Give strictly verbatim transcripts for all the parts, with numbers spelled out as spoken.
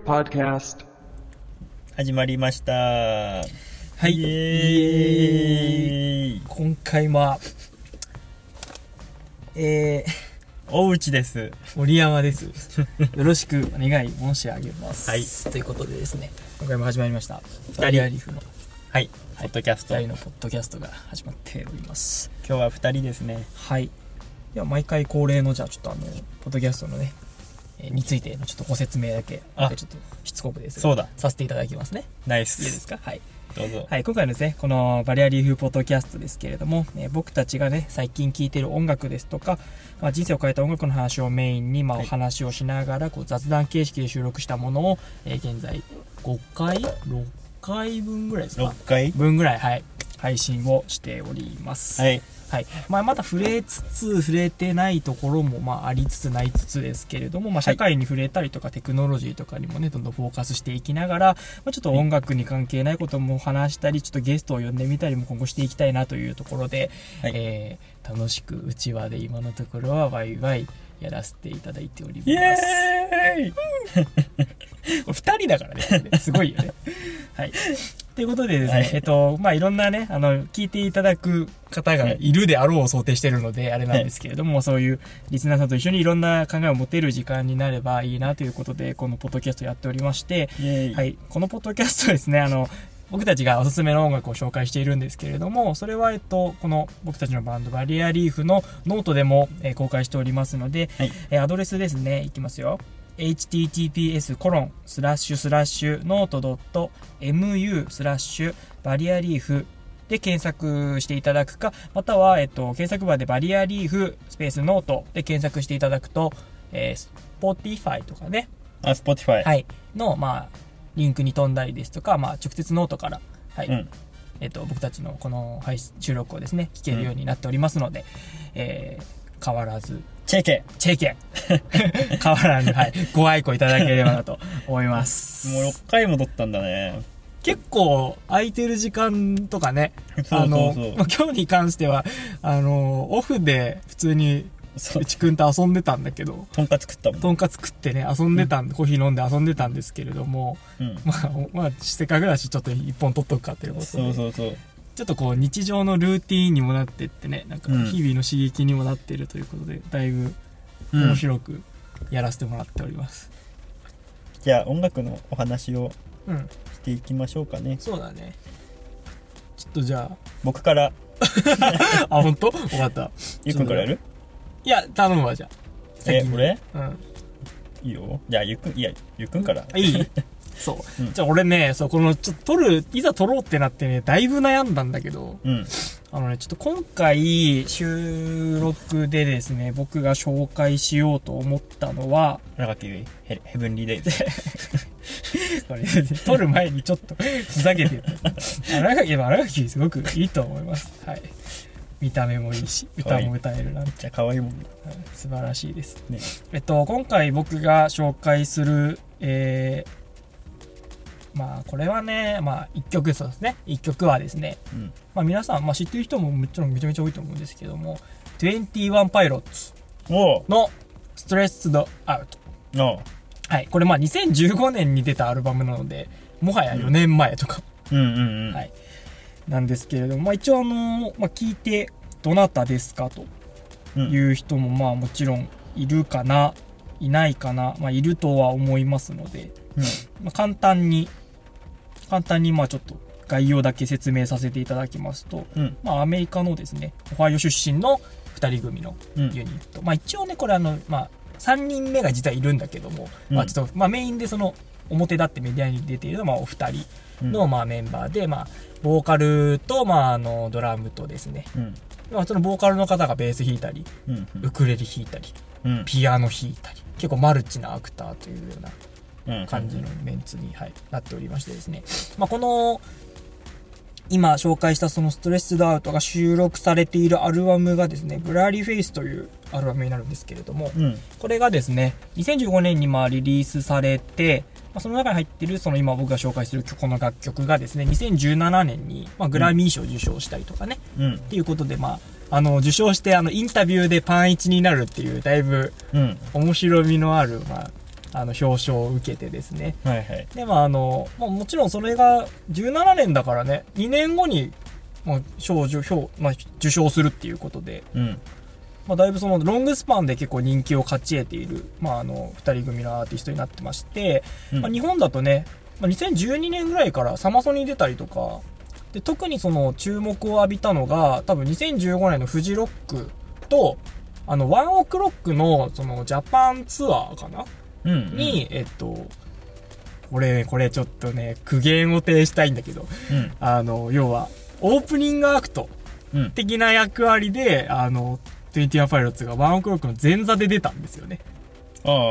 Podcast 始まりました。はい、 イエーイ。 今回はえー、大内です。 森山です。よろしくお願い申し上げます。 はい。 ということでですね、今回も始まりました。 バリアリーフのはい、ポッドキャスト。 ふたりのポッドキャストが始まっております。 今日はふたりですね。 はい。では毎回恒例のじゃあちょっとあのポッドキャストのね。についてのちょっとご説明だけちょっとしつこくですそうださせていただきますね。 ナイス。 いいですか。はい、 どうぞ。 はい、今回のですねこのバリアリーフポッドキャストですけれども、えー、僕たちがね最近聴いてる音楽ですとか、まあ、人生を変えた音楽の話をメインに、まあ、お話をしながらこう雑談形式で収録したものを、えー、現在ごかいろっかいぶんぐらいですか。 ろっかいぶんぐらい、はい、配信をしております。 はいはい。まあ、まだ触れつつ触れてないところもまあありつつないつつですけれども、まあ、社会に触れたりとかテクノロジーとかにもねどんどんフォーカスしていきながら、まあ、ちょっと音楽に関係ないことも話したりちょっとゲストを呼んでみたりも今後していきたいなというところで、はい、えー、楽しくうちわで今のところはワイワイやらせていただいております。イエーイふたりだからねすごいよね。はいということでですね、はい、えっと、まあ、いろんなね、あの、聞いていただく方がいるであろうを想定しているので、あれなんですけれども、はい、そういうリスナーさんと一緒にいろんな考えを持てる時間になればいいなということで、このポッドキャストやっておりまして、はい、このポッドキャストですね、あの、僕たちがおすすめの音楽を紹介しているんですけれども、それは、えっと、この僕たちのバンド、バリアリーフのノートでも、えー、公開しておりますので、はい、えー、アドレスですね、いきますよ。エイチティーティーピーエスコロンスラッシュスラッシュノートドットエムユースラッシュバリアリーフで検索していただくか、または、えっと、検索バーでバリアリーフスペースノートで検索していただくと、えー、Spotify とかね、 あ、Spotify、 はい、の、まあ、リンクに飛んだりですとか、まあ、直接ノートから、はい、うん、えっと、僕たちのこの配信収録をですね聞けるようになっておりますので、うん、えー、変わらずチェケチェケ変わらず、はい、ご愛顧いただければなと思います。 もうろっかいも撮ったんだね。 結構空いてる時間とかね、 そうそうそう、 あの今日に関してはあのオフで普通にうちくんと遊んでたんだけど、 とんかつ食ったもん。 とんかつ食ってね遊んでたんで、うん、コーヒー飲んで遊んでたんですけれども、うん、まあまあせっかくだしちょっと一本取っとくかということで、 そうそうそう、 ちょっとこう日常のルーティーンにもなってってね、なんか日々の刺激にもなっているということで、うん、だいぶ面白くやらせてもらっております。 うん、じゃあ音楽のお話をしていきましょうかね。 うん、そうだね。ちょっとじゃあ僕からあ、本当？分かった。 ゆっくんからやる？ いや、頼むわ。じゃあえ、俺？ うん、 いいよ。じゃあゆっくん、いやゆっくんからいいそう、うん、じゃあ俺ね、そうこのちょっと撮るいざ撮ろうってなってねだいぶ悩んだんだけど、うん、あのねちょっと今回収録でですね僕が紹介しようと思ったのは荒垣結衣ヘブンリーデイズこれ撮る前にちょっとふざけてる荒垣は荒垣結衣すごくいいと思います。はい、見た目もいいし歌も歌えるなんてじゃあ可愛いもん、ね、 はい、素晴らしいですね。えっと今回僕が紹介する、えーまあこれはね、まあいっきょくそうですね。いっきょくはですね、うん、まあ皆さん、まあ、知ってる人ももちろんめちゃめちゃ多いと思うんですけども、にじゅういちパイロッツのストレスドアウト。はい、これまあにせんじゅうごねんに出たアルバムなので、もはやよねんまえとか、 うんうんうんうん、 はい、なんですけれども、まあ一応あのまあ聞いてどなたですかという人もまあもちろんいるかな、いないかな、まあいるとは思いますので、うん、まあ簡単に。簡単にまあちょっと概要だけ説明させていただきますと、うん、まあアメリカのですねオハイオ出身のふたり組のユニット、うん、まあ一応ねこれあのまあさんにんめが実はいるんだけども、うん、まあちょっとまあメインでその表立ってメディアに出ているまあお二人のまあメンバーで、まあボーカルとまああのドラムとですね、うん、まあそのボーカルの方がベース弾いたり、うん、ウクレレ弾いたり、うん、ピアノ弾いたり、結構マルチなアクターというような感じのメンツに、はい、なっておりましてですね、まあ、この今紹介したそのストレスドアウトが収録されているアルバムがですねブラーリーフェイスというアルバムになるんですけれども、うん、これがですねにせんじゅうごねんにまあリリースされて、まあ、その中に入っているその今僕が紹介するこの楽曲がですねにせんじゅうななねんにまあグラミー賞を受賞したりとかね、うん、っていうことでまああの受賞してあのインタビューでパンいちになるっていうだいぶ面白みのあるまああの表彰を受けてですね、 はいはい、 でまああの、まあ、もちろんそれがじゅうななねんだからね、にねんごに、まあ、賞受、まあ、受賞するっていうことで、 うんまあ、だいぶそのロングスパンで結構人気を勝ち得ている、まあ、あのふたり組のアーティストになってまして、うんまあ、日本だとね、まあ、にせんじゅうにねんぐらいからサマソニに出たりとかで、特にその注目を浴びたのが多分にせんじゅうごねんのフジロックとあのワンオクロックのそのジャパンツアーかな、うんうん、にえっとこれこれちょっとね苦言を呈したいんだけど、うん、あの要はオープニングアクト的な役割で、うん、あのトゥエンティワンパイロッツがワンオクロックの前座で出たんですよね。 ああ、うんうん。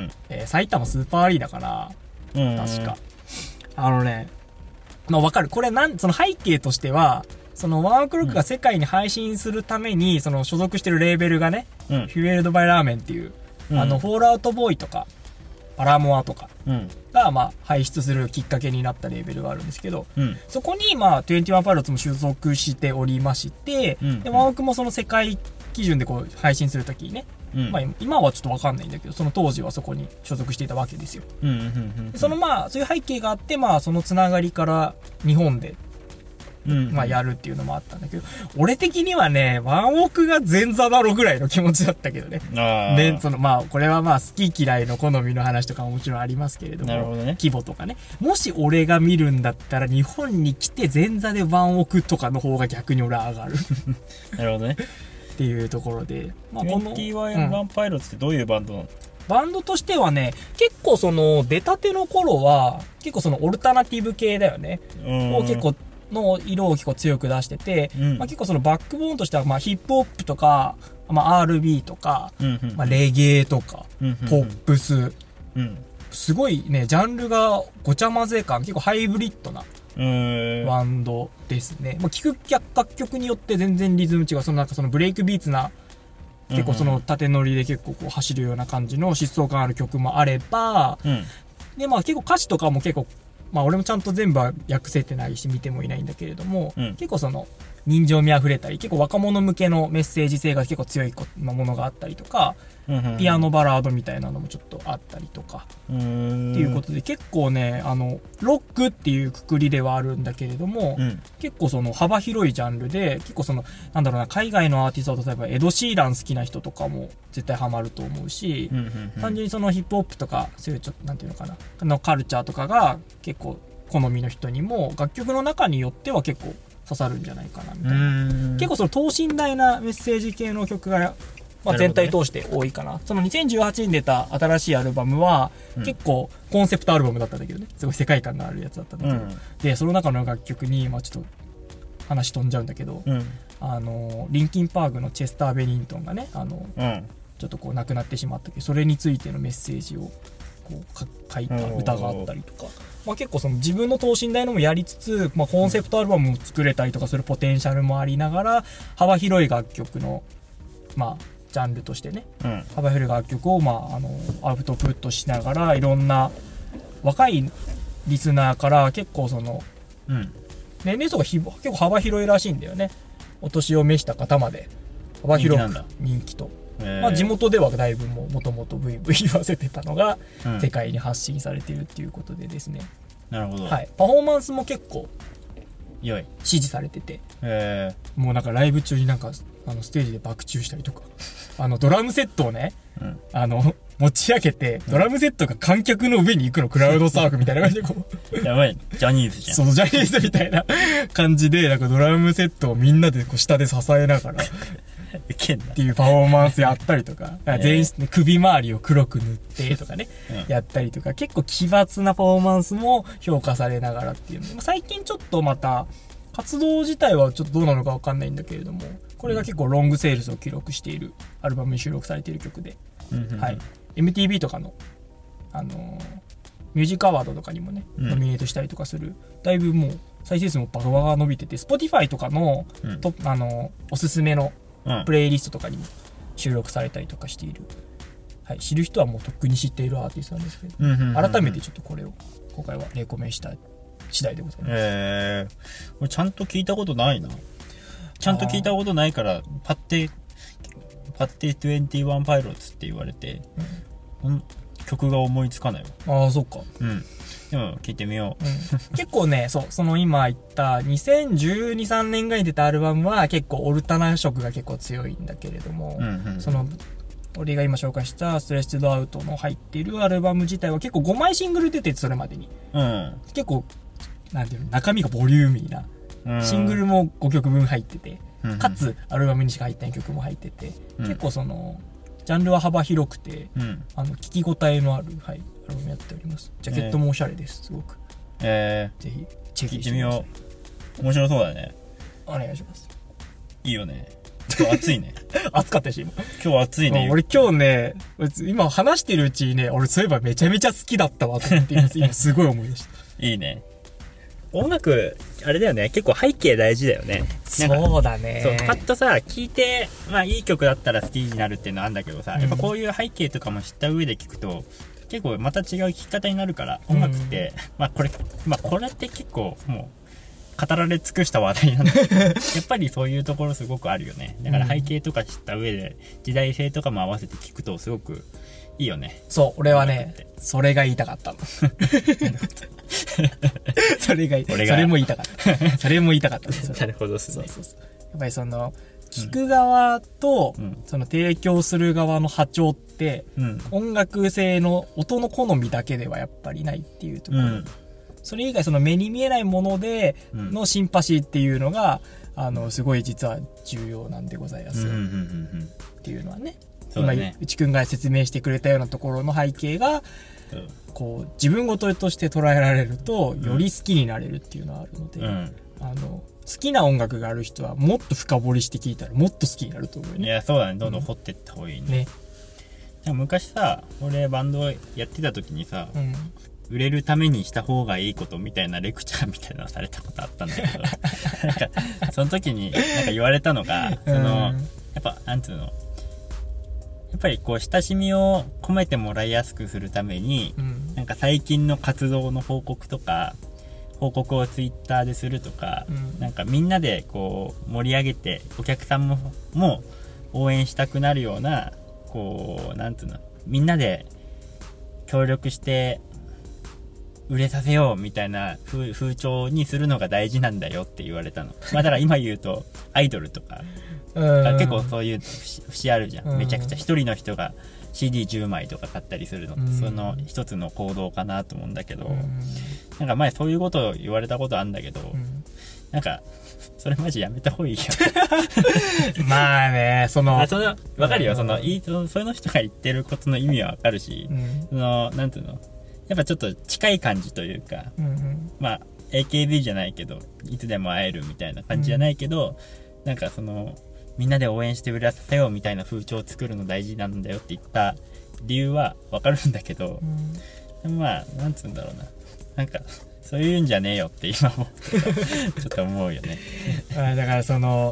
えー、埼玉スーパーアリーナかな、 うんうん、 確か。あのね、まあわかる。これなん、その背景としては、そのワンオクロックが世界に配信するために、うん、その所属してるレーベルがね、うん、フュエルドバイラーメンっていう、うん、あの、フォールアウトボーイとか、パラモアとかが、まあ、輩出するきっかけになったレーベルがあるんですけど、うん、そこに、まあ、トゥエンティワンパイロッツも所属しておりまして、うん、で、ワンオクもその世界基準でこう配信するときにね、うんまあ、今はちょっと分かんないんだけど、その当時はそこに所属していたわけですよ。 うんうんうんうん、 そのまあそういう背景があって、まあ、そのつながりから日本で、うんまあ、やるっていうのもあったんだけど、俺的にはねワンオクが前座だろぐらいの気持ちだったけどね。 あねそのまあ、これはまあ好き嫌いの好みの話とかももちろんありますけれども、 なるほどね、 規模とかね、もし俺が見るんだったら日本に来て前座でワンオクとかの方が逆に俺は上がるなるほどねっていうところで、 まあ、このトゥエンティワンパイロッツってどういうバンドなの？ バンドとしてはね、結構その出たての頃は結構そのオルタナティブ系だよね。を結構の色を結構強く出してて、うんまあ、結構そのバックボーンとしてはまあヒップホップとか、まあ、アールビー とか、うんうんまあ、レゲエとか、うんうんうん、ポップス、うん、すごいねジャンルがごちゃ混ぜ感、結構ハイブリッドなバンドですね。まあ、聴く楽曲によって全然リズム違う。そのなんかそのブレイクビーツな結構その縦乗りで結構こう走るような感じの疾走感ある曲もあれば、うん、でまあ結構歌詞とかも結構まあ俺もちゃんと全部は訳せてないし見てもいないんだけれども、うん、結構その人情味あふれたり結構若者向けのメッセージ性が結構強いものがあったりとか、うんうんうん、ピアノバラードみたいなのもちょっとあったりとかっていうことで、結構ねあのロックっていうくくりではあるんだけれども、うん、結構その幅広いジャンルで結構そのなんだろうな、海外のアーティスト、例えばエド・シーラン好きな人とかも絶対ハマると思うし、うんうんうん、単純にそのヒップホップとかそういうちょっとなんていうのかなのカルチャーとかが結構好みの人にも楽曲の中によっては結構刺さるんじゃないかなみたいな。結構その等身大なメッセージ系の曲が、まあ、全体通して多いかな。なそのにせんじゅうはちねんに出た新しいアルバムは、うん、結構コンセプトアルバムだったんだけどね、すごい世界観があるやつだったんだけど、うん、でその中の楽曲に、まあ、ちょっと話飛んじゃうんだけど、うん、あのリンキンパークのチェスター・ベニントンがねあの、うん、ちょっとこう亡くなってしまったけど、それについてのメッセージをこう書いた歌があったりとか、まあ、結構その自分の等身大のもやりつつ、まあ、コンセプトアルバムも作れたりとかするポテンシャルもありながら、幅広い楽曲の、まあ、ジャンルとしてね、うん、幅広い楽曲を、まあ、あのアウトプットしながら、いろんな若いリスナーから結構その、うん、年齢層が結構幅広いらしいんだよね。お年を召した方まで幅広く人気と、まあ、地元ではだいぶもともとブイブイ言わせてたのが、うん、世界に発信されているっていうことでですね。 なるほど、 はい、パフォーマンスも結構良い支持されてて、 へもうなんかライブ中になんかあのステージで爆中したりとかあのドラムセットをね、うん、あの持ち上げてドラムセットが観客の上に行くの、クラウドサーフみたいな感じでこうやばい、ジャニーズじゃん。 そうジャニーズみたいな感じでなんかドラムセットをみんなでこう下で支えながらっていうパフォーマンスやったりとか、全身首周りを黒く塗ってとかね、うん、やったりとか、結構奇抜なパフォーマンスも評価されながらっていうので、最近ちょっとまた活動自体はちょっとどうなのか分かんないんだけれども、これが結構ロングセールスを記録しているアルバムに収録されている曲で、うんうんはい、エムティーブイ とかの、あのー、ミュージックアワードとかにもね、うん、ノミネートしたりとかする、だいぶもう再生数もバカバカ伸びてて、 Spotify とかの、うん、トあのー、おすすめのプレイリストとかにも収録されたりとかしている、はい、知る人はもうとっくに知っているアーティストなんですけど、うんうんうんうん、改めてちょっとこれを今回はレコメンした次第でございます。 えー、俺ちゃんと聞いたことないな。ちゃんと聞いたことないからパッてパッてトゥエンティワンパイロッツって言われて、うん、 曲が思いつかないわ。ああ、そっか。 うん。でも聞いてみよう。うん、 結構ね、そう、その今言ったにせんじゅうに、さんねんぐらいに出たアルバムは結構オルタナ色が結構強いんだけれども、うんうんうん、その、俺が今紹介したストレスドアウトの入っているアルバム自体は結構ごまいシングル出てて、それまでに。うん、結構、なんていうの、中身がボリューミーな。うん、シングルもごきょくぶん入ってて、うんうん、かつアルバムにしか入ってない曲も入ってて、うん、結構その、ジャンルは幅広くて、うん、あの、聞き応えのある、はい、アルバムやっております。ジャケットもおしゃれです、すごく。 えー、 ぜひ、チェックしてみよう。面白そうだね。 お願いします。 いいよね。今日暑いね。 暑かったし、今。 今日暑いね。 俺今日ね、今話してるうちにね、俺そういえばめちゃめちゃ好きだったわと思って、今すごい思い出した。 いいね。音楽、あれだよね。結構背景大事だよね。 そうだね。 そう、パッとさ、聴いて、まあいい曲だったら好きになるっていうのはあるんだけどさ、うん、やっぱこういう背景とかも知った上で聴くと、結構また違う聴き方になるから、音楽って、うん、まあこれ、まあこれって結構もう、語られ尽くした話題なんだけど、やっぱりそういうところすごくあるよね。だから背景とか知った上で、時代性とかも合わせて聴くとすごくいいよね。 そう、俺はね、それが言いたかったの。それが、それも言いたかった。それも言いたかった。 なるほどですね。 そうそうそう。やっぱりその、聞く側と、うん、その提供する側の波長って、うん、音楽性の音の好みだけではやっぱりないっていうところ。うん、それ以外その目に見えないものでのシンパシーっていうのが、あの、すごい実は重要なんでございます。っていうのはね。今、内くんが説明してくれたようなところの背景が、うん、こう自分事として捉えられるとより好きになれるっていうのはあるので、うん、あの好きな音楽がある人はもっと深掘りして聴いたらもっと好きになると思うよね。 いやそうだね、どんどん掘っていった方がいいね。ね、でも昔さ、俺バンドやってた時にさ、うん、売れるためにした方がいいことみたいなレクチャーみたいなのされたことあったんだけどなんかその時になんか言われたのが、その、うん、やっぱなんつうの、やっぱりこう親しみを込めてもらいやすくするために、うん、なんか最近の活動の報告とか報告をツイッターでするとか、うん、なんかみんなでこう盛り上げてお客さんもも応援したくなるような、こうなんつうの、みんなで協力して売れさせようみたいな 風, 風潮にするのが大事なんだよって言われたの。まあだから今言うとアイドルとか結構そういう節あるじゃん。めちゃくちゃ一人の人が シーディーじゅう 枚とか買ったりするのって、その一つの行動かなと思うんだけど、なんか前そういうことを言われたことあるんだけど、なんかそれマジやめた方がいいよまあね、そのあその分かるよ、そのいいそのその人が言ってることの意味は分かるし、うん、そのなんていうの、やっぱちょっと近い感じというか、うんうん、まあ エーケービー じゃないけどいつでも会えるみたいな感じじゃないけど、うん、なんかそのみんなで応援して売らせようみたいな風潮を作るの大事なんだよって言った理由は分かるんだけど、うん、でもまあなんつうんだろうな、なんかそういうんじゃねえよって今もちょっと思うよねあ、だからその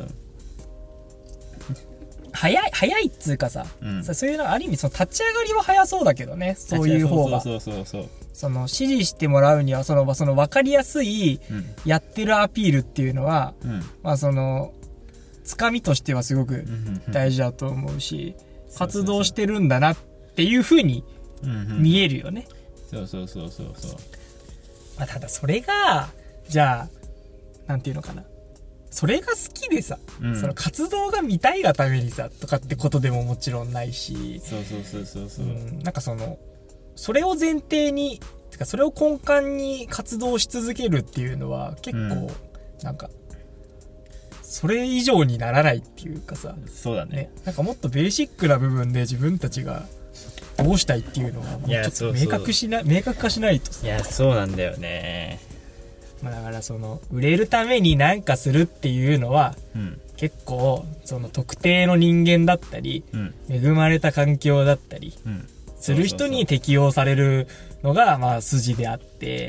早い早いっつうかさ、うん、そういうのある意味その立ち上がりは早そうだけどね、そういう方がそうそうそうそう、 その支持してもらうにはそのその分かりやすいやってるアピールっていうのは、うん、まあそのつかみとしてはすごく大事だと思うし、活動してるんだなっていう風に見えるよね。 そうそうそうそうそう。 まあただそれがじゃあなんていうのかな、それが好きでさ、うん、その活動が見たいがためにさとかってことでももちろんないし、 そうそうそうそうそう、うん、 なんかそのそれを前提にてかそれを根幹に活動し続けるっていうのは結構、うん、なんかそれ以上にならないっていうかさ、 そうだ ね, ねなんかもっとベーシックな部分で自分たちがどうしたいっていうのがもうちょっと明確しな明確化しないとさ。 いやそうなんだよね。 まあ、だからその売れるために何かするっていうのは、うん、結構その特定の人間だったり、うん、恵まれた環境だったり、うん、する人に適用されるのがまあ筋であって、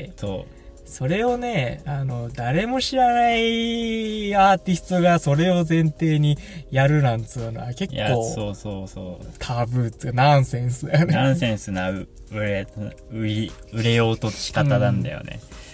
そうそれをね、あの誰も知らないアーティストがそれを前提にやるなんつうのは結構そうそうそうタブーっていうかナンセンスだよね。 ナンセンスな売れ売り売れようと仕方なんだよね。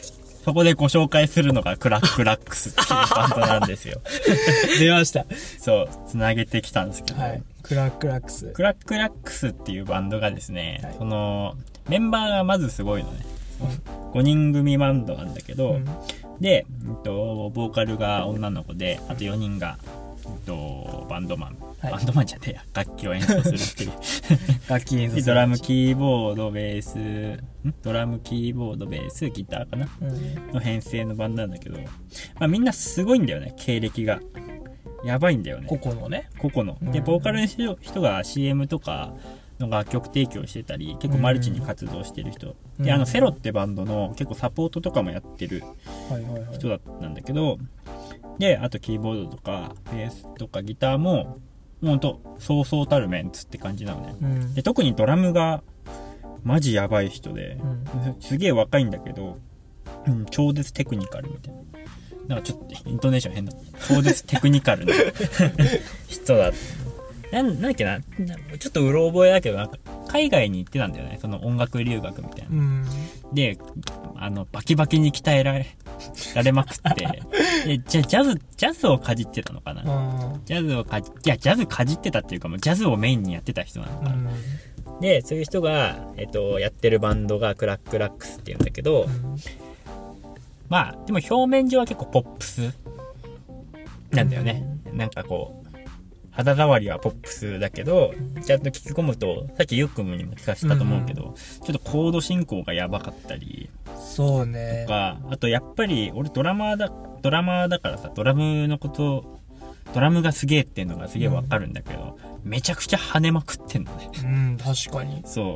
そこでご紹介するのがクラックラックスっていうバンドなんですよ。 出ました。 そう、つなげてきたんですけど、 はい、クラックラックス。 クラックラックスっていうバンドがですね、 はい、 その、メンバーがまずすごいのね。ごにん組バンドなんだけど、うん、で、えっと、ボーカルが女の子で、あとよにんが、えっと、バンドマン。はい、バンドマンじゃねえや、楽器を演奏するっていう。 楽器演奏する。 ドラム、キーボード、ベース、んドラム、キーボード、ベース、ギターかな、うん、の編成のバンドなんだけど、まあみんなすごいんだよね、経歴が。やばいんだよね。 個々のね。 個々の。で、ボーカルの人が シーエム とか、の楽曲提供してたり結構マルチに活動してる人、うん、であのセロってバンドの結構サポートとかもやってる人だったんだけど、であとキーボードとかベースとかギターもほんとそうそうたるメンツって感じなのね、うん、で特にドラムがマジやばい人で、うん、すげえ若いんだけど、うん、超絶テクニカルみたいな、なんかちょっとイントネーション変だ超絶テクニカルな人だな, なんだっけな、ちょっとうろ覚えだけど、なんか海外に行ってたんだよね、その音楽留学みたいな。うん、で、あの、バキバキに鍛えられ、られまくって、で、じゃ、ジャズ、ジャズをかじってたのかな。ジャズをかじ、いや、ジャズかじってたっていうか、もうジャズをメインにやってた人なのかな。うん、で、そういう人が、えっと、やってるバンドがクラックラックスっていうんだけど、うん、まあ、でも表面上は結構ポップスなんだよね。うん、なんかこう、肌触りはポップスだけど、ちゃんと聞き込むと、さっきユックムにも聞かせたと思うけど、うん、ちょっとコード進行がやばかったり、 そうね。 とか、あとやっぱり、俺ドラマーだ、ドラマーだからさ、ドラムのこと、ドラムがすげえっていうのがすげえわかるんだけど、うん、めちゃくちゃ跳ねまくってんのね。 うん、確かに。 そう。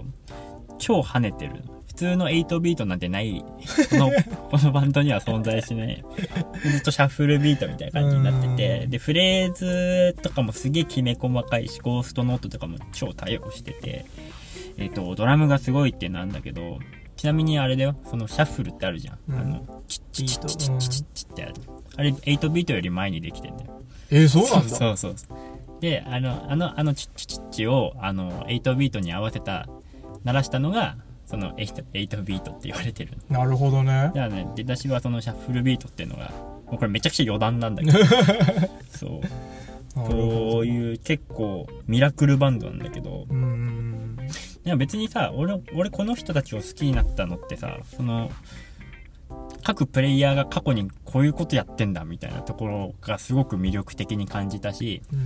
超跳ねてる。普通のはちビートなんてない、この、このバンドには存在しない。ずっとシャッフルビートみたいな感じになってて、で、フレーズとかもすげえきめ細かいし、ゴーストノートとかも超多用してて、えっと、ドラムがすごいってなんだけど、ちなみにあれだよ、そのシャッフルってあるじゃん。うん、あの、チッチッチッチッチッチッチッってある。あれ、はちビートより前にできてんだよ。 えー、そうなんだ。 そうそうそう。で、あの、あの、あのチッチッチッチを、あの、はちビートに合わせた、鳴らしたのが、そのはちビートって言われてる。 なるほどね。 だからね、出だしはそのシャッフルビートっていうのが、もうこれめちゃくちゃ余談なんだけど、そう。そういう結構ミラクルバンドなんだけど、うーん、いや別にさ、俺、俺この人たちを好きになったのってさ、その、各プレイヤーが過去にこういうことやってんだみたいなところがすごく魅力的に感じたし、うん、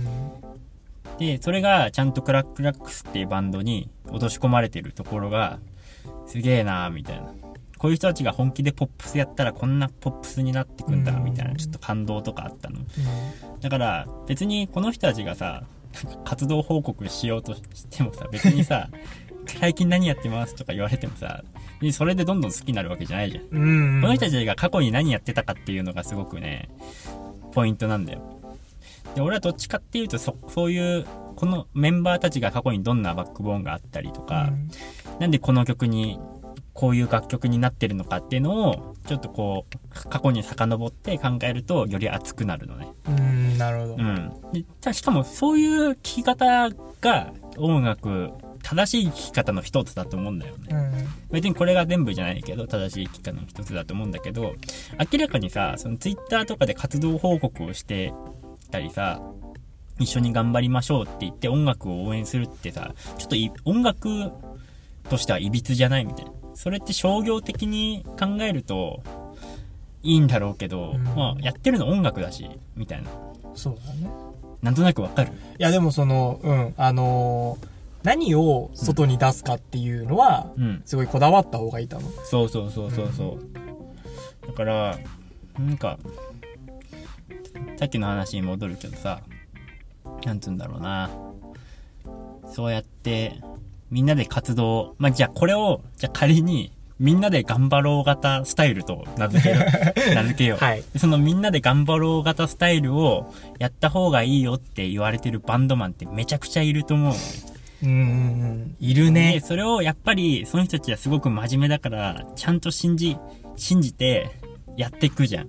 で、それがちゃんとクラックラックスっていうバンドに落とし込まれてるところが、すげえなーみたいな。こういう人たちが本気でポップスやったらこんなポップスになってくんだみたいな、ちょっと感動とかあったの。だから別にこの人たちがさ、活動報告しようとしてもさ、別にさ、最近何やってますとか言われてもさ、それでどんどん好きになるわけじゃないじゃん。うんうん、この人たちが過去に何やってたかっていうのがすごくね、ポイントなんだよ。で、俺はどっちかっていうとそ、そういう、このメンバーたちが過去にどんなバックボーンがあったりとか、うん、なんでこの曲にこういう楽曲になってるのかっていうのをちょっとこう過去に遡って考えるとより熱くなるのね。 うーん、なるほど。 うん。で、しかもそういう聴き方が音楽正しい聴き方の一つだと思うんだよね。うん、別にこれが全部じゃないけど正しい聴き方の一つだと思うんだけど、明らかにさ、そのツイッターとかで活動報告をしてたりさ、一緒に頑張りましょうって言って音楽を応援するってさ、ちょっとい音楽としてはいびつじゃないみたいな。それって商業的に考えるといいんだろうけど、うん、まあやってるの音楽だしみたいな。 そうだね。 なんとなくわかる。いやでもそのうんあのー、何を外に出すかっていうのは、うん、すごいこだわった方がいいと思う。 そうそうそうそうそう。うん、だからなんかさっきの話に戻るけどさ、なんつうんだろうな。そうやってみんなで活動、まあ、じゃあこれを、じゃあ仮にみんなで頑張ろう型スタイルと名付けよう。名付けよう。はい。そのみんなで頑張ろう型スタイルをやった方がいいよって言われてるバンドマンってめちゃくちゃいると思う。 うーん、いるね。 で、それをやっぱりその人たちはすごく真面目だから、ちゃんと信じ、信じてやっていくじゃん。うん、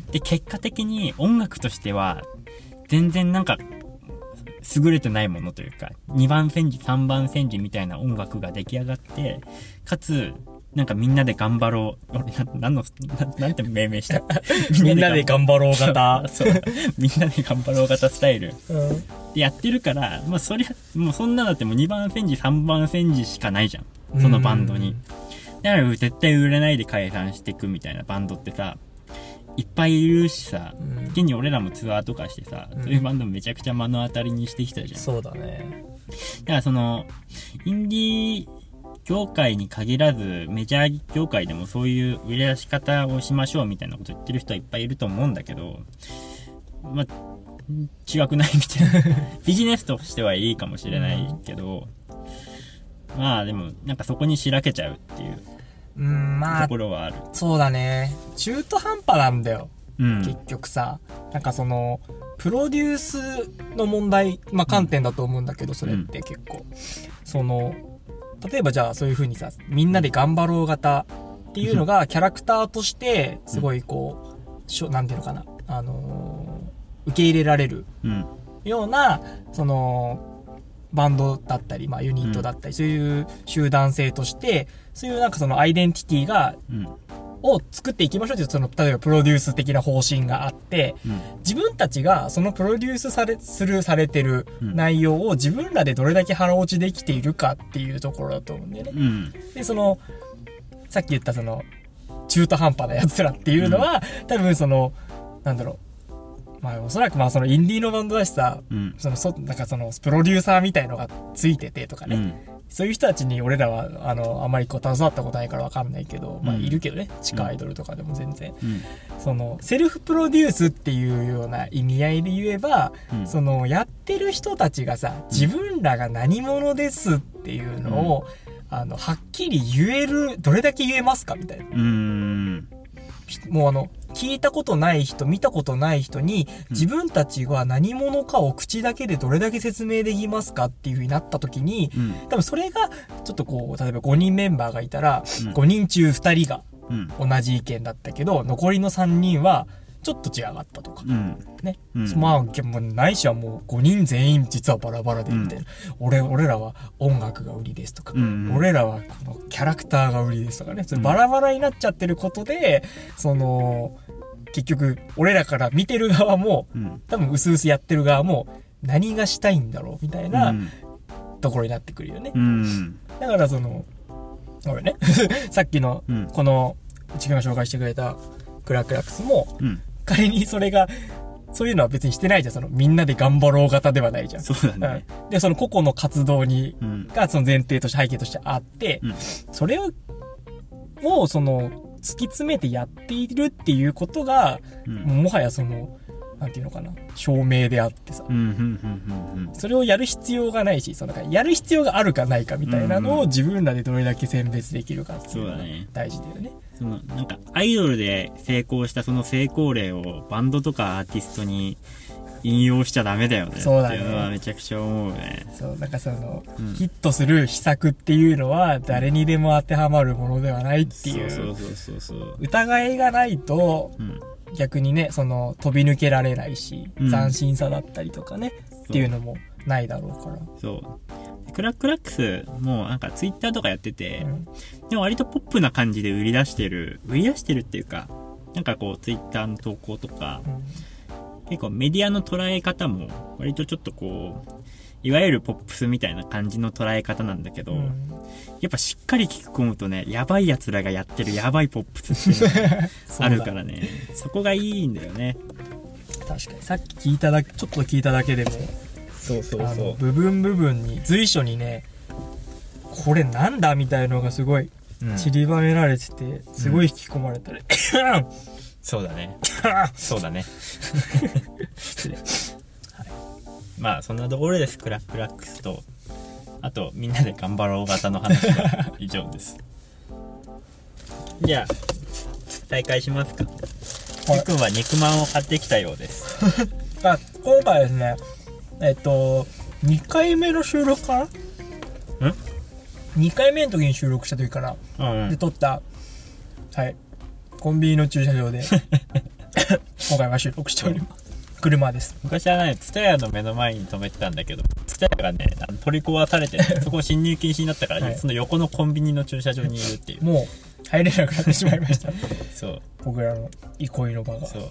で、結果的に音楽としては全然なんか、優れてないものというかにばん煎じさんばん煎じみたいな音楽が出来上がって、かつなんかみんなで頑張ろう。俺な、なんの、ななんて命名したみんなで頑張ろう型。 そう。みんなで頑張ろう型スタイル。 うん、 でやってるから、まあそりゃ、もうそんなだってもうにばん煎じ、さんばん煎じしかないじゃん。そのバンドに。だから絶対売れないで解散していくみたいなバンドってさ、いっぱいいるしさ、現に俺らもツアーとかしてさ、うん、そういうバンドもめちゃくちゃ目の当たりにしてきたじゃん。 そうだね。 だからその、インディー業界に限らず、メジャー業界でもそういう売れ出し方をしましょうみたいなこと言ってる人はいっぱいいると思うんだけど、まあ、違くないみたいな。ビジネスとしてはいいかもしれないけど、うん、まあでも、なんかそこにしらけちゃうっていう。うん、まあ、ところはある。 そうだね。中途半端なんだよ。 うん、 結局さ、なんかその、プロデュースの問題、まあ観点だと思うんだけど、それって結構。うん、その、例えばじゃあそういう風にさ、みんなで頑張ろう型っていうのがキャラクターとして、すごいこう、しょ、なんていうのかな、あのー、受け入れられるような、その、バンドだったり、まあユニットだったり、うん、そういう集団性として、そういうなんかそのアイデンティティが、うん、を作っていきましょうという、その、例えばプロデュース的な方針があって、うん、自分たちがそのプロデュースされ、する、されてる内容を自分らでどれだけ腹落ちできているかっていうところだと思うんだよね。 うん、 で、その、さっき言ったその、中途半端な奴らっていうのは、うん、多分その、なんだろう、まあおそらくまあそのインディーのバンドだしさ、うん、そのそなんかそのプロデューサーみたいのがついててとかね、うん、そういう人たちに俺らはあのあまりこう携わったことないからわかんないけど、うん、まあいるけどね、地下アイドルとかでも全然、うん、そのセルフプロデュースっていうような意味合いで言えば、うん、そのやってる人たちがさ、自分らが何者ですっていうのを、うん、あのはっきり言える、どれだけ言えますかみたいな。 うーん、 もうあの、聞いたことない人、見たことない人に、自分たちは何者かを口だけでどれだけ説明できますかっていう風になった時に、うん、多分それが、ちょっとこう、例えばごにんメンバーがいたら、うん、ごにん中ふたりが同じ意見だったけど、うん、残りのさんにんは、ちょっと違かったとか。うん、ね。うん、まあ、もうないしはもうごにん全員実はバラバラでみたいな。うん、俺、俺らは音楽が売りですとか。うん、俺らはこのキャラクターが売りですとかね。それバラバラになっちゃってることで、その、結局、俺らから見てる側も、うん、多分薄々やってる側も、何がしたいんだろうみたいな、ところになってくるよね。 うん、 だからその、俺ね、さっきの、この、うちが紹介してくれたクラクラックスも、うん、仮にそれが、そういうのは別にしてないじゃん。その、みんなで頑張ろう型ではないじゃん。 そうだね。 うん、で、その個々の活動に、うん、がその前提として背景としてあって、うん、それを、もうその、突き詰めてやっているっていうことが、うん、も, もはやその、なんていうのかな、証明であってさ、 うんうんうんうん、 それをやる必要がないし、そのやる必要があるかないかみたいなのを自分らでどれだけ選別できるかっていうのが大事だよね。 そのなんかアイドルで成功したその成功例をバンドとかアーティストに引用しちゃダメだよね。 そうだね。 っていうのはめちゃくちゃ思うね。 そう、なんかその、うん、ヒットする秘策っていうのは誰にでも当てはまるものではないっていう。 そうそうそうそう。 疑いがないと、うん、逆にね、その飛び抜けられないし、うん、斬新さだったりとかね、っていうのもないだろうから。 そう。クラックラックスもなんかツイッターとかやってて、うん、でも割とポップな感じで売り出してる、売り出してるっていうか、なんかこうツイッターの投稿とか、うん、結構メディアの捉え方も割とちょっとこう、いわゆるポップスみたいな感じの捉え方なんだけど、うん、やっぱしっかり聞き込むとね、やばい奴らがやってるやばいポップスっていうのがあるからね、そ, そこがいいんだよね。 確かにさっき聞いただけ、ちょっと聞いただけでも、 そうそうそう、あの部分部分に随所にね、これなんだみたいのがすごい散りばめられてて、すごい引き込まれたり、うん、 そうだねそうだね失礼、はい、まあそんなところです。クラックラックスと、あとみんなで頑張ろう型の話は以上ですじゃあ再開しますか。ゆうくんは肉まんを買ってきたようですあ、今回ですね、えっとにかいめの収録かな、んにかいめの時に収録した時かな、うんうん、で撮った、はい、コンビニの駐車場で今回は収録しております。車です。 昔はね、ツタヤの目の前に止めてたんだけど、 ツタヤがね、あの取り壊されて、ね、そこ侵入禁止になったから、はい、その横のコンビニの駐車場にいるっていう。 もう入れなくなってしまいました。 そう。 僕らの憩いの場が。 そう。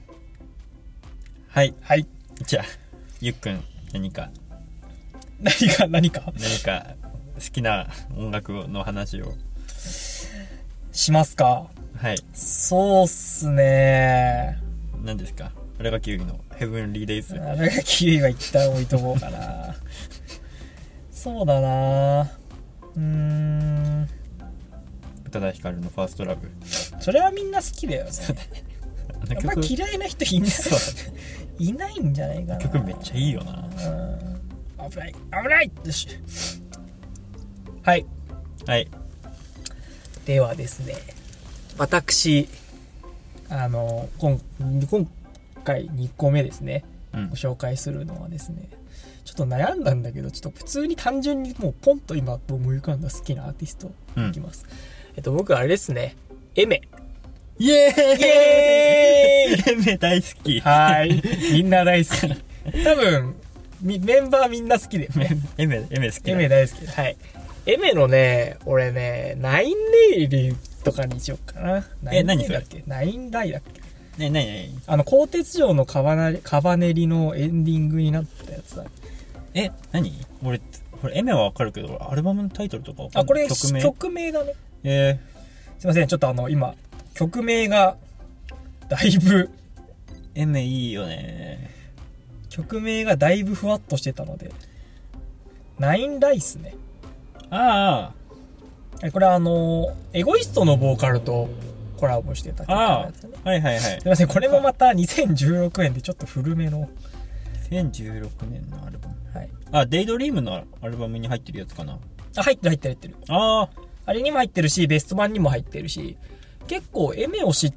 はい。 はい。 じゃあ、ゆっくん、何か。 何か、何か何か、好きな音楽の話を。 しますか。 はい。 そうっすね。 何ですか？あれがキウイのヘブンリーデイズ。 あれがキウイは一旦置いとこうかな。そうだな。うーん。 宇多田ヒカルのファーストラブ。 それはみんな好きだよね。あんま嫌いな人いない。いないんじゃないかな。 曲めっちゃいいよな。 危ない危ない。よし。はい。 はい。 ではですね、私あの今今回にこめですね、うん、ご紹介するのはですね、ちょっと悩んだんだけど、ちょっと普通に単純にもうポンと今思い浮かんだ好きなアーティストいきます、うん、えっと僕あれですね、エメ。 イエーイイエーイエメ大好き。 はい、みんな大好き。多分メンバーみんな好きだよね。 エメエメ好き。 エメ大好き。はい。エメのね、俺ね、ナインネイリとかにしよっかな。 え、何それ？ ナインライだっけ？ ね、なになに？ あの、鋼鉄城のカバナリ、カバネリのエンディングになったやつだ。 え、何？俺、これエメはわかるけど、アルバムのタイトルとかわかんない。 あ、これ曲名？曲名だね。 えー、すいません、ちょっとあの、今、曲名が、だいぶ、 エメいいよね。 曲名がだいぶふわっとしてたので、ナインライスね。 ああ。これはあの、エゴイストのボーカルとコラボしてた曲のやつね。 はいはいはい。 すいません、これもまたにせんじゅうろくねんでちょっと古めの。にせんじゅうろくねんのアルバム。 はい。 あ、デイドリームのアルバムに入ってるやつかな。 あ、入ってる入ってる入ってる。 ああ。 あれにも入ってるし、ベスト版にも入ってるし、結構エメを知った、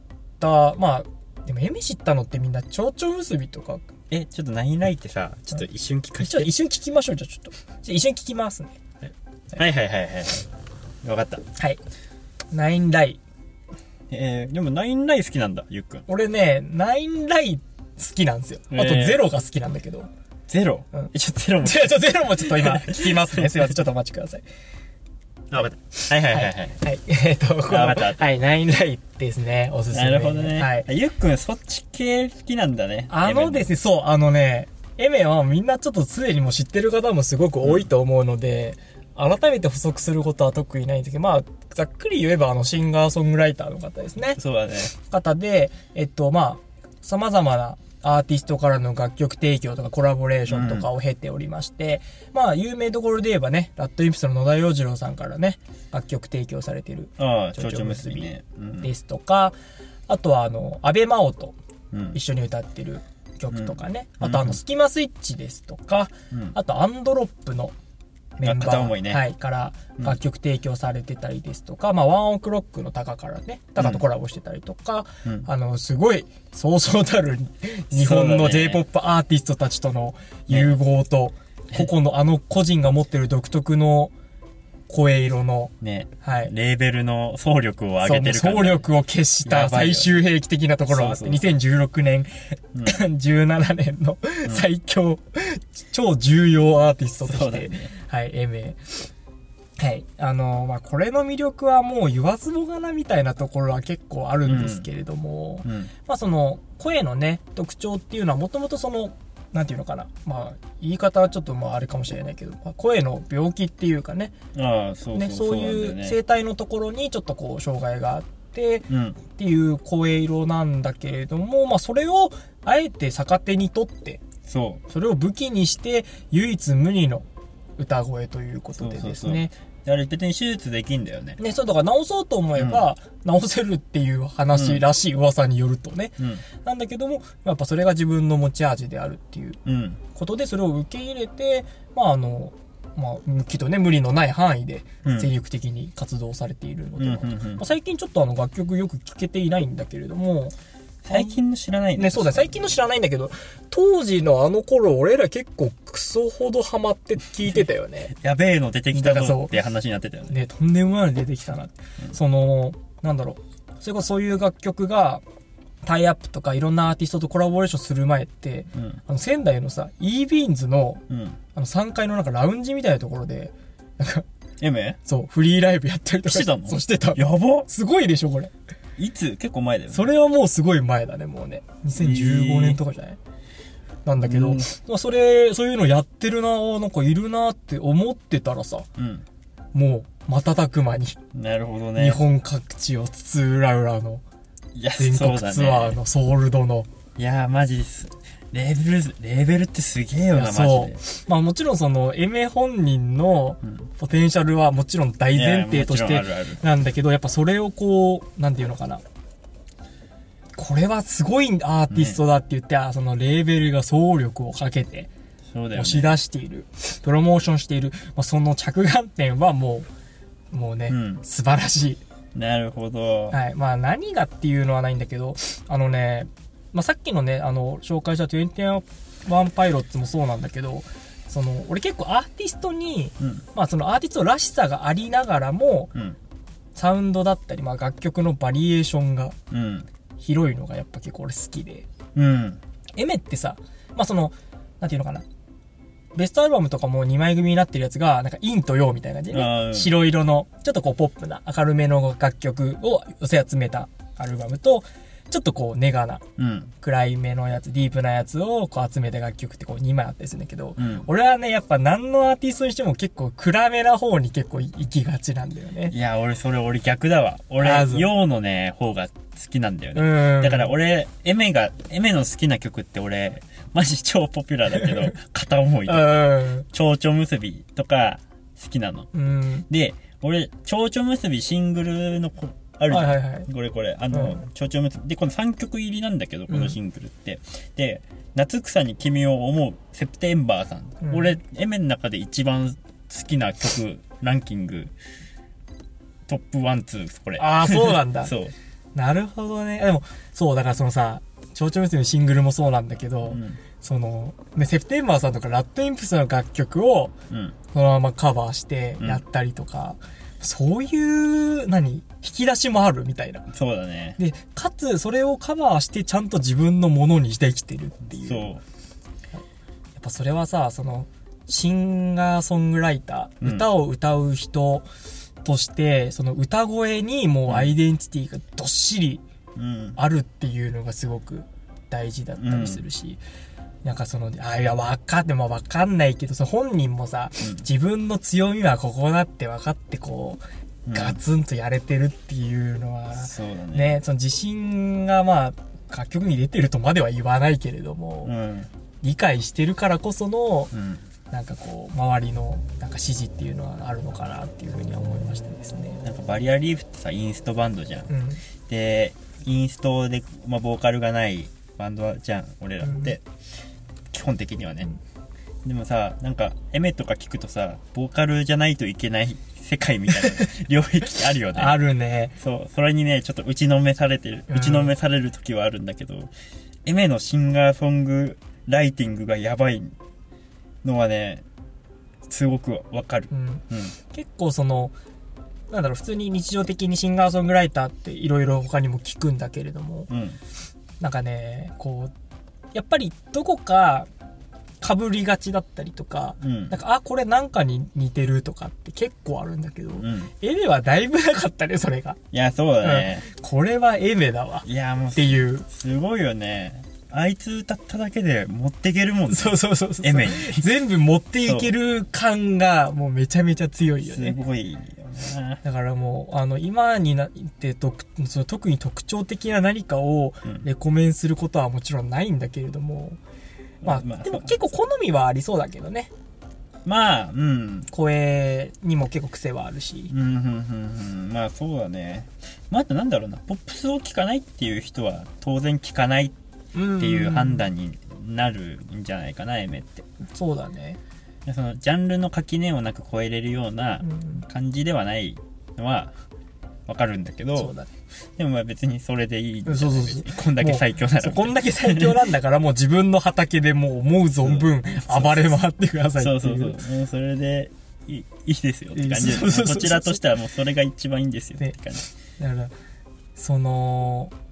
まあ、でもエメ知ったのってみんな蝶々結びとか。 え、ちょっとナインライってさ、ちょっと一瞬聞かせて。 うん、一瞬聞きましょう、じゃあちょっと。じゃあ一瞬聞きますね。 はいはいはいはい。わかった。 はい。ナインライ。 えー、でもナインライ好きなんだ、ゆっくん。 俺ね、ナインライ好きなんですよ。あとゼロが好きなんだけど。 ゼロ？ うん。 ちょっとゼロも。 ちょ、ちょ、ゼロもちょっと今聞きますね。すいません、ちょっとお待ちください。 あ、わかった。はいはいはいはい。はい。 はい、えっと、この、はい、 ナインライですね。おすすめ。 なるほどね。 はい。 ゆっくんそっち系好きなんだね。 あのですね、そう、あのね、エメはみんなちょっとすでにも知ってる方もすごく多いと思うので、うん、改めて補足することは特にないんですけど、まあ、ざっくり言えばあのシンガーソングライターの方ですね。 そうだね。 方で、えっと、まあ、様々なアーティストからの楽曲提供とかコラボレーションとかを経ておりまして、うん、まあ、有名どころで言えばね、ラッドインプスの野田洋次郎さんからね、楽曲提供されている、 ああ、ちょうちょ結びですとか、うん、あとはあの、安倍真央と一緒に歌ってる曲とかね、うん、あとあの、スキマスイッチですとか、うん、あとアンドロップのメンバー、ね、はい、から楽曲提供されてたりですとか、うん、まあ、ワンオクロックのタカからね、タカとコラボしてたりとか、うん、あの、すごい、そうそうたる日本の J-ポップ アーティストたちとの融合と、ね、個々のあの個人が持ってる独特の声色の、 ね、 はい。 レーベルの総力を上げてるから、 ね、総力を消した最終兵器的なところがあって、にせんじゅうろくねん、うん、じゅうななねんの最強、うん、超重要アーティストとして、ね、はい、エメ。はい。あの、まあ、これの魅力はもう言わずもがなみたいなところは結構あるんですけれども、うんうん、まあ、その、声のね、特徴っていうのはもともとその、なんていうのかな。まあ、言い方はちょっとまああれかもしれないけど、まあ、声の病気っていうかね。 ああ、そうそうそう、ね。 そういう声帯のところにちょっとこう、障害があって、うん、っていう声色なんだけれども、まあ、それをあえて逆手にとって、 そう。 それを武器にして、唯一無二の歌声ということでですね。そうそうそうあれ別に手術できんだよね。 ね、そうだから直そうと思えば、直せるっていう話らしい噂によるとね。うん、なんだけども、やっぱそれが自分の持ち味であるっていうことで、それを受け入れて、まああの、まあ、きっとね、無理のない範囲で精力的に活動されているのではと、うんうんうんうん、まあ、最近ちょっとあの楽曲よく聴けていないんだけれども、 最近の知らないね。そうだ、最近の知らないんだけど、当時のあの頃、俺ら結構クソほどハマって聞いてたよね。 やべえの出てきたぞって話になってたよね。 ね、とんでもないの出てきたなって。うん、その、なんだろう。それこそそういう楽曲が、 タイアップとかいろんなアーティストとコラボレーションする前って、うん、あの仙台のさ イービーンズ の、うん、あのさんがいのなんかラウンジみたいなところでなんかエメそうフリーライブやったりとかしてたの？ そうしてた。 やばすごいでしょこれ。 いつ？結構前だよね。 それはもうすごい前だねもうねにせんじゅうごねんとかじゃない、えー、なんだけど、うん、それそういうのやってるななんかいるなって思ってたらさ、うん、もう瞬く間になるほどね日本各地を津々浦々の全国ツアーのソールドの、 いやーマジですレーベルレーベルってすげえよなマジで。 まあもちろんそのエメ本人のポテンシャルはもちろん大前提としてなんだけど、やっぱそれをこうなんていうのかな、これはすごいアーティストだって言って、ね、そのレーベルが総力をかけて押し出している、ね、プロモーションしている、まあ、その着眼点はもうもうね、うん、素晴らしい。 なるほど。 はい。まあ何がっていうのはないんだけど、あのね、まあ、さっきのね、あの、紹介したにじゅういちパイロッツもそうなんだけど、その、俺結構アーティストに、うん、まあそのアーティストらしさがありながらも、うん、サウンドだったり、まあ楽曲のバリエーションが広いのがやっぱ結構俺好きで。うん。エメってさ、まあその、なんていうのかな。ベストアルバムとかもにまい組になってるやつが、なんか陰と陽みたいな感じでね、うん、白色の、ちょっとこうポップな明るめの楽曲を寄せ集めたアルバムと、ちょっとこうネガな、うん、暗いめのやつ、ディープなやつをこう集めた楽曲ってこうにまいあったりするんだけど、うん、俺はね、やっぱ何のアーティストにしても結構暗めな方に結構行きがちなんだよね。 いや、俺それ俺逆だわ。俺、陽のね、方が好きなんだよね。だから俺、エメが、エメの好きな曲って俺、マジ超ポピュラーだけど、片思いとか、蝶々結びとか好きなの。うん、で、俺、蝶々結びシングルのあるじゃん、はいはいはい、これこれあの蝶々結びでこのさんきょく入りなんだけどこのシングルって、うん、で夏草に君を思うセプテンバーさん、うん、俺エメの中で一番好きな曲ランキングトップワンツーこれ。 ああそうなんだ。 そうなるほどね。でもそうだからそのさ蝶々結びのシングルもそうなんだけど、うん、そのねセプテンバーさんとかラッドインプスの楽曲をそのままカバーしてやったりとか、うん、そういう何引き出しもあるみたいな。 そうだね。 でかつそれをカバーしてちゃんと自分のものにしてきてるっていう。 そう。 やっぱそれはさそのシンガーソングライター、うん、歌を歌う人としてその歌声にもうアイデンティティがどっしりあるっていうのがすごく大事だったりするし、うん、なんかそのあいや分かっても分かんないけどその本人もさ、うん、自分の強みはここだって分かってこうガツンとやれてるっていうのは、うん、 そうだね、 ねその自信がまあ楽曲に出てるとまでは言わないけれども、うん、理解してるからこその、うんなんかこう周りのなんか支持っていうのはあるのかなっていうふうには思いましたですね。 なんかバリアリーフってさインストバンドじゃん、うん、でインストで、まあ、ボーカルがないバンドじゃん俺らって、うん、基本的にはね、うん、でもさなんかエメとか聞くとさボーカルじゃないといけない世界みたいな領域ってあるよね。 あるね。 そうそれにねちょっと打ちのめされてる、うん、打ちのめされる時はあるんだけどエメのシンガーソングライティングがやばいのはねすごくわかる、うんうん、 結構そのなんだろう普通に日常的にシンガーソングライターっていろいろ他にも聞くんだけれども、うん、なんかねこうやっぱりどこか被りがちだったりとか、うん、なんかあこれなんかに似てるとかって結構あるんだけど、うん、エメはだいぶなかったねそれが。 いやそうだね、 うん、これはエメだわいやもうっていうすごいよね。あいつ歌っただけで持っていけるもんね。 そうそうそうそう。 エメに全部持っていける感がもうめちゃめちゃ強いよね。 すごいよね。 だからもうあの今になってとその特に特徴的な何かをレコメンすることはもちろんないんだけれども、うん、まあ、まあ、でも結構好みはありそうだけどね。 まあ、うん。 声にも結構癖はあるし。 うん、うん、うん、うん。まあそうだね。まああとなんだろうな、ポップスを聴かないっていう人は当然聴かないっていう判断になるんじゃないかな、エメって。 そうだね。 そのジャンルの垣根をなく超えれるような感じではないのはわかるんだけど、 そうだね、 でもまあ別にそれでいいんだよね。 そうそうそう。 こんだけ最強なら。 こんだけ最強なんだからもう自分の畑でもう思う存分暴れ回ってくださいっていう。 そうそうそう。もうそれでいい、いいですよって感じで。こちらとしてはもうそれが一番いいんですよって感じ。 ね、だからその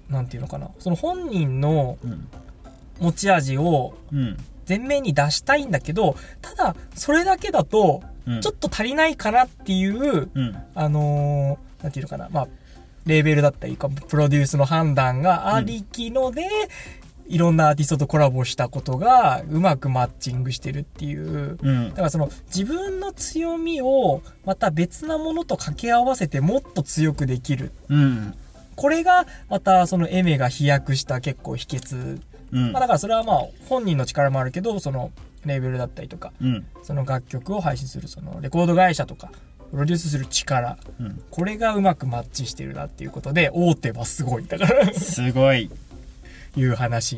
なんていうのかな、その本人の持ち味を前面に出したいんだけど、ただそれだけだとちょっと足りないかなっていう、うん、あのー、なんていうのかな、まあレーベルだったりかプロデュースの判断がありきので、うん、いろんなアーティストとコラボしたことがうまくマッチングしてるっていう、うん、だからその自分の強みをまた別なものと掛け合わせてもっと強くできる、うん、これがまたそのエメが飛躍した結構秘訣、うん、まあ、だからそれはまあ本人の力もあるけど、そのレーベルだったりとか、うん、その楽曲を配信するそのレコード会社とかプロデュースする力、うん、これがうまくマッチしてるなっていうことで、大手はすごいだからすごいいう話。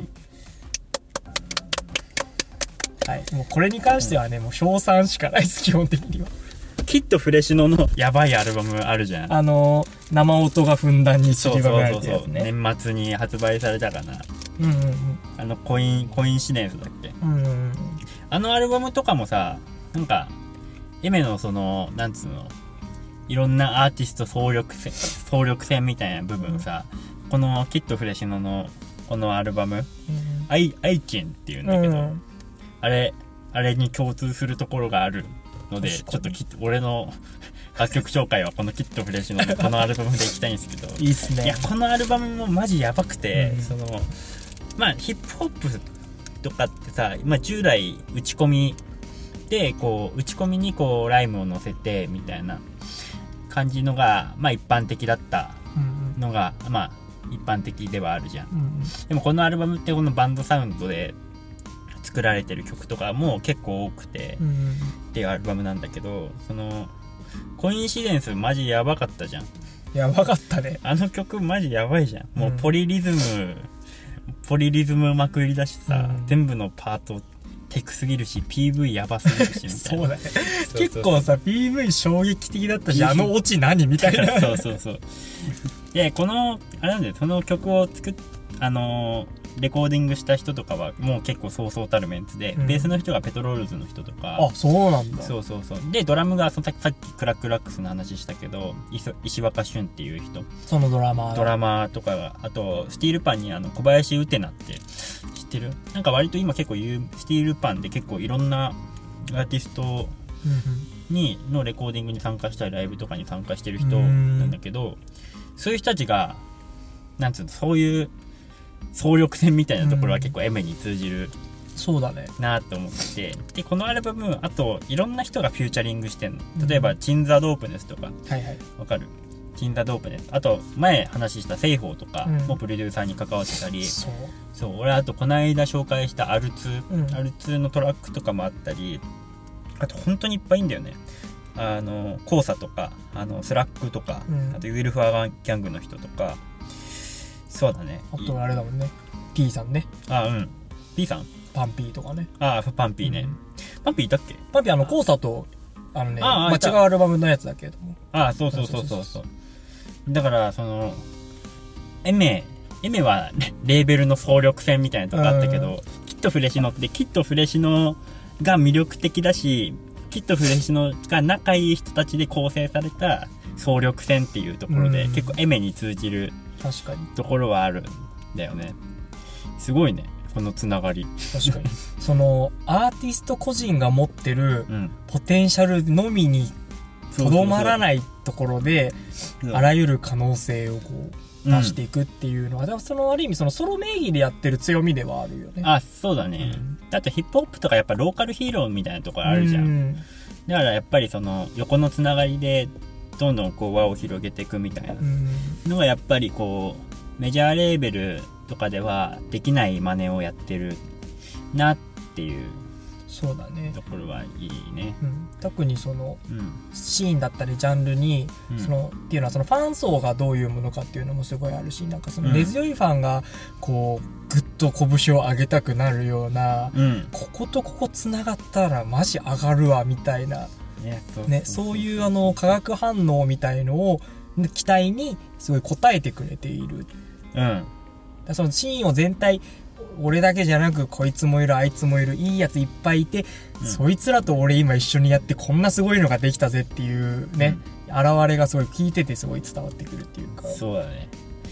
はい、もうこれに関してはね、うん、もう称賛しかないです、基本的には。 キッドフレシノのやばいアルバムあるじゃん。 あの生音がふんだんに散りばめられてるやつね。 そうそうそう、年末に発売されたかな。 うんうんうん。 あのコインコインシデンスだっけ。 うんうんうん。 あのアルバムとかもさ、なんかエメのそのなんつうの、いろんなアーティスト総力戦総力戦みたいな部分さ、うん、このキッドフレシノのこのアルバム、うん、アイアイチンっていうんだけど、うん、あれあれに共通するところがあるので、ちょっと俺の楽曲紹介はこのキッドフレシノのこのアルバムでいきたいんですけどいいっすね。 いやこのアルバムもマジやばくて、うん、そのまあヒップホップとかってさ、まあ、従来打ち込みでこう打ち込みにこうライムを乗せてみたいな感じのがまあ一般的だったのが、うんうん、まあ一般的ではあるじゃん、うんうん、でもこのアルバムってこのバンドサウンドで作られてる曲とかも結構多くて、うんうん、っていうアルバムなんだけど、そのコインシデンスマジやばかったじゃん。 やばかったね。 あの曲マジやばいじゃん。もうポリリズム、うん、ポリリズムまくりだしさ、うん、全部のパートテクすぎるし ピーブイ やばすぎるしみたいなそうだね。結構さ ピーブイ 衝撃的だったし、あのオチ何みたいなそうそうそう。でこのあれなんだよ、その曲を作っあのレコーディングした人とかはもう結構そうそうたるメンツで、うん、ベースの人がペトロールズの人とか。 あ、そうなんだ。 そうそうそう。でドラムがさっきクラックラックスの話したけど石若俊っていう人、 そのドラマードラマーとかが、あとスティールパンにあの小林ウテナって知ってる？なんか割と今結構言うスティールパンで結構いろんなアーティストにのレコーディングに参加したりライブとかに参加してる人なんだけど、そういう人たちがなんつうの、そういう総力戦みたいなところは結構エメに通じる、 そうだねなと思って、でこのアルバムあといろんな人がフューチャリングしてんの。例えば、うん、チンザドープネスとか、 はいはい、 わかる？チンザドープネス、あと前話したセイホーとかもプロデューサーに関わってたり、うん、そうそう俺あとこの間紹介したアルツ、うん、アルツのトラックとかもあったり、あと本当にいっぱいいんだよね。あのコーサとかあのスラックとか、うん、あとウィルフ・アーギャングの人とか、そうだね。 あとあれだもんね、 P さんね。 あ、うん、 P さん、 パンピーとかね。 ああ、パンピーね、うん、パンピーいたっけ？ パンピーあのコーサとあのね、ああ違うアルバムのやつだけれども。 ああ、そうそうそうそうそう。だからそのエメエメはレーベルの総力戦みたいなとこあったけど、キッドフレシノってキッドフレシノが魅力的だし、キッドフレシノが仲いい人たちで構成された総力戦っていうところで、うん、結構エメに通じる確かにところはあるんだよね。すごいね、このつながり。 確かにそのアーティスト個人が持ってるポテンシャルのみにとどまらないところで、あらゆる可能性をこう出していくっていうのは、うん、そのある意味そのソロ名義でやってる強みではあるよね。 あ、そうだね、うん、だってヒップホップとかやっぱローカルヒーローみたいなところあるじゃん、うん、だからやっぱりその横のつながりでどんどんこう輪を広げていくみたいなのがやっぱりこうメジャーレーベルとかではできない真似をやってるなっていう、 そうだね、 ところはいいね、 うん、特にその、うん、シーンだったりジャンルに、うん、そのっていうのはそのファン層がどういうものかっていうのもすごいあるし、なんかその根強いファンがこうグッと拳を上げたくなるような、うん、こことここつながったらマジ上がるわみたいな、ね、そういうあの化学反応みたいのを期待にすごい応えてくれている、うん、だそのシーンを全体俺だけじゃなくこいつもいるあいつもいるいいやついっぱいいて、うん、そいつらと俺今一緒にやってこんなすごいのができたぜっていうね、うん、現れがすごい聞いててすごい伝わってくるっていうか。 そうだね。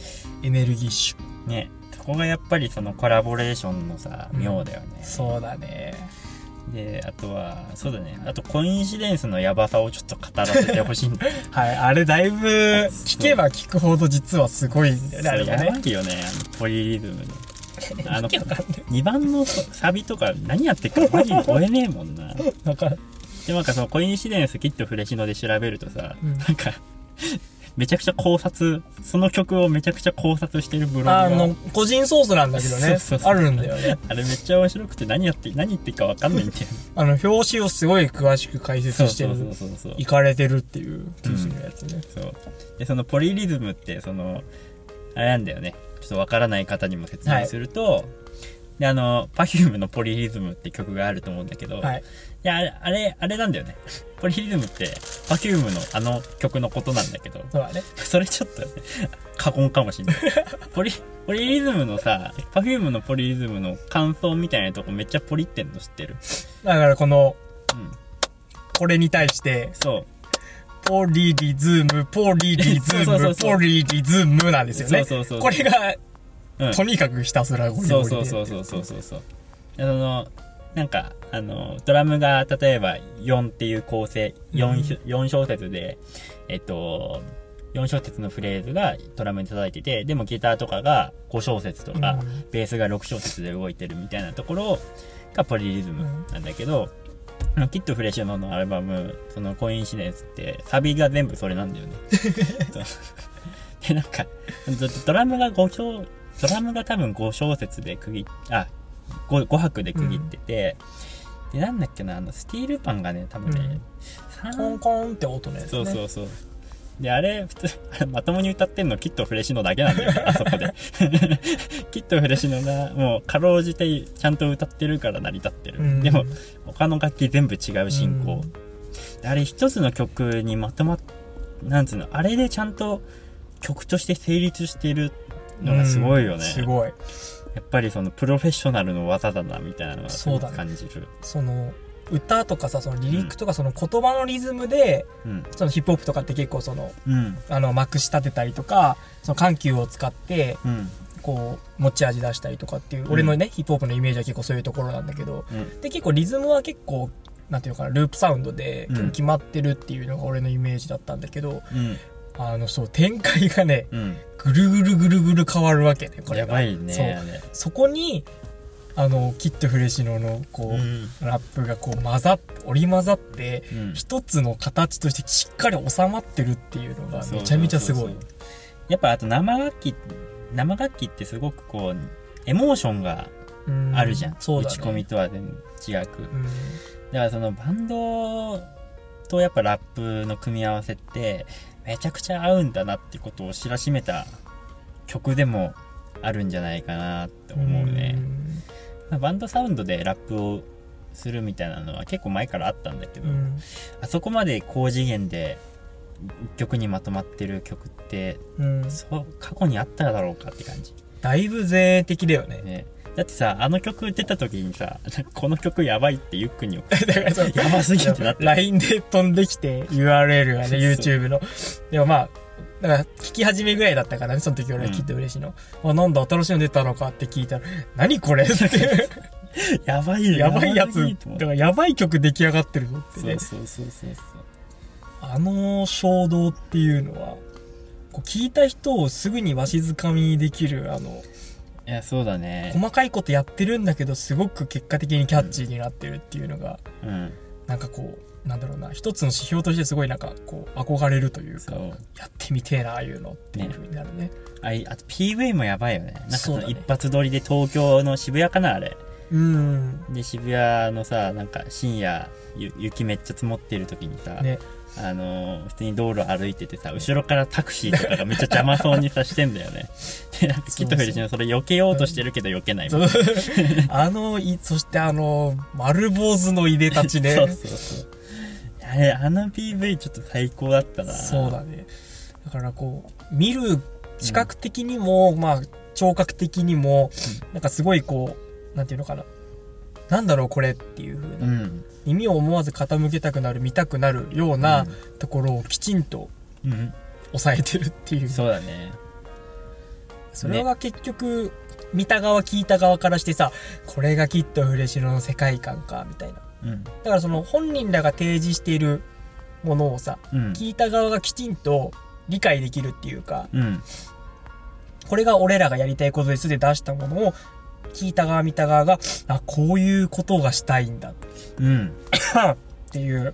エネルギッシュね。そこがやっぱりそのコラボレーションのさ、うん、妙だよね。 そうだね。 で、あとはそうだね、あとコインシデンスのヤバさをちょっと語らせてほしいんだはい、あれだいぶ聞けば聞くほど実はすごいんだよね。あれがね、 やばいよね、あのポリリズムのあのにばんのサビとか何やってるかマジで追えねえもんな。 なんかでもなんかそのコインシデンスきっとフレシノで調べるとさ、うん、なんかめちゃくちゃ考察、その曲をめちゃくちゃ考察してるブログがあの個人ソースなんだけどね。そうそうそう、あるんだよね。 あれめっちゃ面白くて何やって何言ってるか分かんないんだよね。 あの表紙をすごい詳しく解説してる、いかれてるっていう記事のやつね、 うん、そうでそのポリリズムってそのあれなんだよね、ちょっと分からない方にも説明すると、はい、であの Perfume のポリリズムって曲があると思うんだけど、はい、いやあれあれあれなんだよね。ポリリズムって Perfume のあの曲のことなんだけど、 そうだね、 それちょっと、ね、過言かもしれないポリポリリズムのさ Perfume のポリリズムの感想みたいなとこめっちゃポリってんの知ってる？ だからこの、うん、これに対してそうポリリズムポリリズムポリリズムなんですよね。そうそうそうそう、これがうん、とにかくひたすらゴリゴリで、 そうそうそうそうそうそう、あのなんかあのドラムが例えばよんっていう構成 4,、うん、よん小節でえっとよん小節のフレーズがドラムに叩いてて、でもギターとかがご小節とか、うん、ベースがろく小節で動いてるみたいなところがポリリズムなんだけど、うん、キッドフレッシュノのアルバムそのコインシデンスってサビが全部それなんだよねでなんかドラムがご小ドラムが多分ご小節で区切っあ 5, ご拍で区切ってて、うん、でなんだっけな、あのスティールパンがね多分ね、 うん、コンコンって音のやつね。 そうそうそう。であれ普通まともに歌ってんのキッドフレシノだけなんだよねあそこでキッドフレシノがもうかろうじてちゃんと歌ってるから成り立ってる、うん、でも他の楽器全部違う進行、うん、あれ一つの曲にまとまっなんつうの、あれでちゃんと曲として成立してるのがすごいよね、うん、 すごい。 やっぱりそのプロフェッショナルの技だなみたいなのがすごく感じる。 そ, ね、その歌とかさ、そのリリックとかその言葉のリズムで、うん、そのヒップホップとかって結構その、うん、あのまくし立てたりとか、その緩急を使って、うん、こう持ち味出したりとかっていう、うん、俺のねヒップホップのイメージは結構そういうところなんだけど、うん、で結構リズムは結構なんていうのかな、ループサウンドで決まってるっていうのが俺のイメージだったんだけど、うん、あのそう展開がね、うん、ぐるぐるぐるぐる変わるわけね、これが。 やばいね。 そう、ね、そこにあのキッドフレシノのこう、うん、ラップがこう混ざっ織り交ざって、うん、一つの形としてしっかり収まってるっていうのがめちゃめちゃすごい。そうそうそうそう、やっぱあと生楽器生楽器ってすごくこうエモーションがあるじゃん、そうだね、打ち込みとは全然違く、うん、だからそのバンドとやっぱラップの組み合わせってめちゃくちゃ合うんだなってことを知らしめた曲でもあるんじゃないかなって思うね。うん、バンドサウンドでラップをするみたいなのは結構前からあったんだけど、うん、あそこまで高次元で一曲にまとまってる曲って、うん、そう過去にあっただろうかって感じ。 だいぶ前衛的だよ ね, ね。だってさ、あの曲出た時にさ、この曲やばいってユックに送ってやばすぎってなってライン で飛んできて ユーアールエル がねYouTube のでもまあだから聞き始めぐらいだったからね、その時俺はきっと嬉しいの、うん、あ、なんだ新しいの出たのかって聞いたら何これってやばいよ、 やばいやつだからやばい曲出来上がってるぞってね。 そうそうそうそうそう、 あの衝動っていうのはこう聞いた人をすぐにわしづかみにできる、あのいやそうだね、 細かいことやってるんだけどすごく結果的にキャッチーになってるっていうのが、うん、なんかこうなんだろうな、一つの指標としてすごいなんかこう憧れるというか、やってみてえなああいうのっていう風になるね。ね、 あ, あと ピーブイ もやばいよね。なんかその一発撮りで東京の渋谷かなあれ、うん、で渋谷のさ、なんか深夜雪めっちゃ積もってる時にさ、ね、あのー、普通に道路歩いててさ、後ろからタクシーとかがめっちゃ邪魔そうにさしてんだよねでなんかキットフェルシのそれ避けようとしてるけど避けないみたいなあのいそしてあの丸坊主のいでたちねそうそうそう、あれあの ピーブイ ちょっと最高だったな。 そうだね。だからこう見る視覚的にも、うん、まあ聴覚的にも、うん、なんかすごいこうなんていうのかな、なんだろうこれっていう風な、うん、耳を思わず傾けたくなる、見たくなるようなところをきちんと抑えてるっていう、うん、 そうだね。 それは結局、ね、見た側聞いた側からしてさ、これがきっと嬉野の世界観かみたいな、うん、だからその本人らが提示しているものをさ、うん、聞いた側がきちんと理解できるっていうか、うん、これが俺らがやりたいことですで出したものを聞いた側見た側が、あ、こういうことがしたいんだ、うん、っていう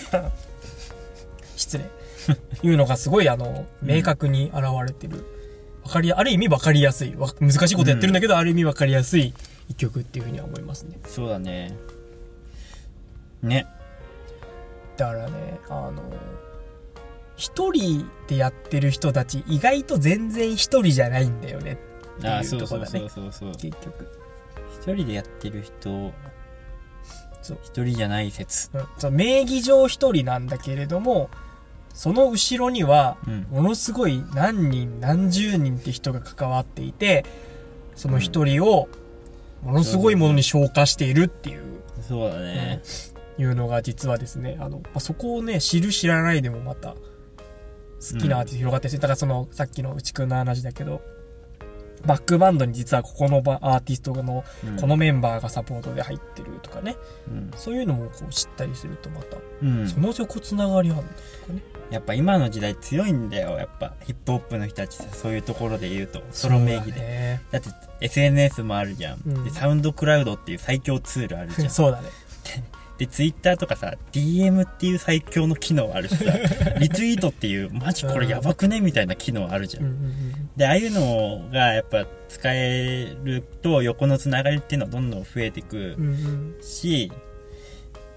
失礼いうのがすごいあの明確に現れてる、わかりある意味分かりやすい、難しいことやってるんだけど、うん、ある意味分かりやすい一曲っていうふうには思いますね。 そうだね。ね。 だからね、あの一人でやってる人たち意外と全然一人じゃないんだよねっていうところだね。 そうそうそうそう。 結局一人でやってる人、そう一人じゃない説。 うん、そう名義上一人なんだけれども。その後ろには、ものすごい何人何十人って人が関わっていて、その一人をものすごいものに昇華しているっていう。 そうだね。 うん、いうのが実はですね、あの、まあ、そこをね、知る知らないでもまた、好きなアーティスト広がってる、うん、だからその、さっきの内くんの話だけど、バックバンドに実はここのアーティストのこのメンバーがサポートで入ってるとかね、うん、そういうのもこう知ったりするとまた、うん、その横つながりあるんだとかね。 やっぱ今の時代強いんだよ。やっぱヒップホップの人たちそういうところで言うとソロ名義で だ,、ね、だって エスエヌエス もあるじゃん、うん、でサウンドクラウドっていう最強ツールあるじゃんそうだねでツイッターとかさ ディーエム っていう最強の機能あるしさリツイートっていうマジこれやばくねみたいな機能あるじゃん、うんうんうん、でああいうのがやっぱ使えると横のつながりっていうのはどんどん増えていくし、うんうん、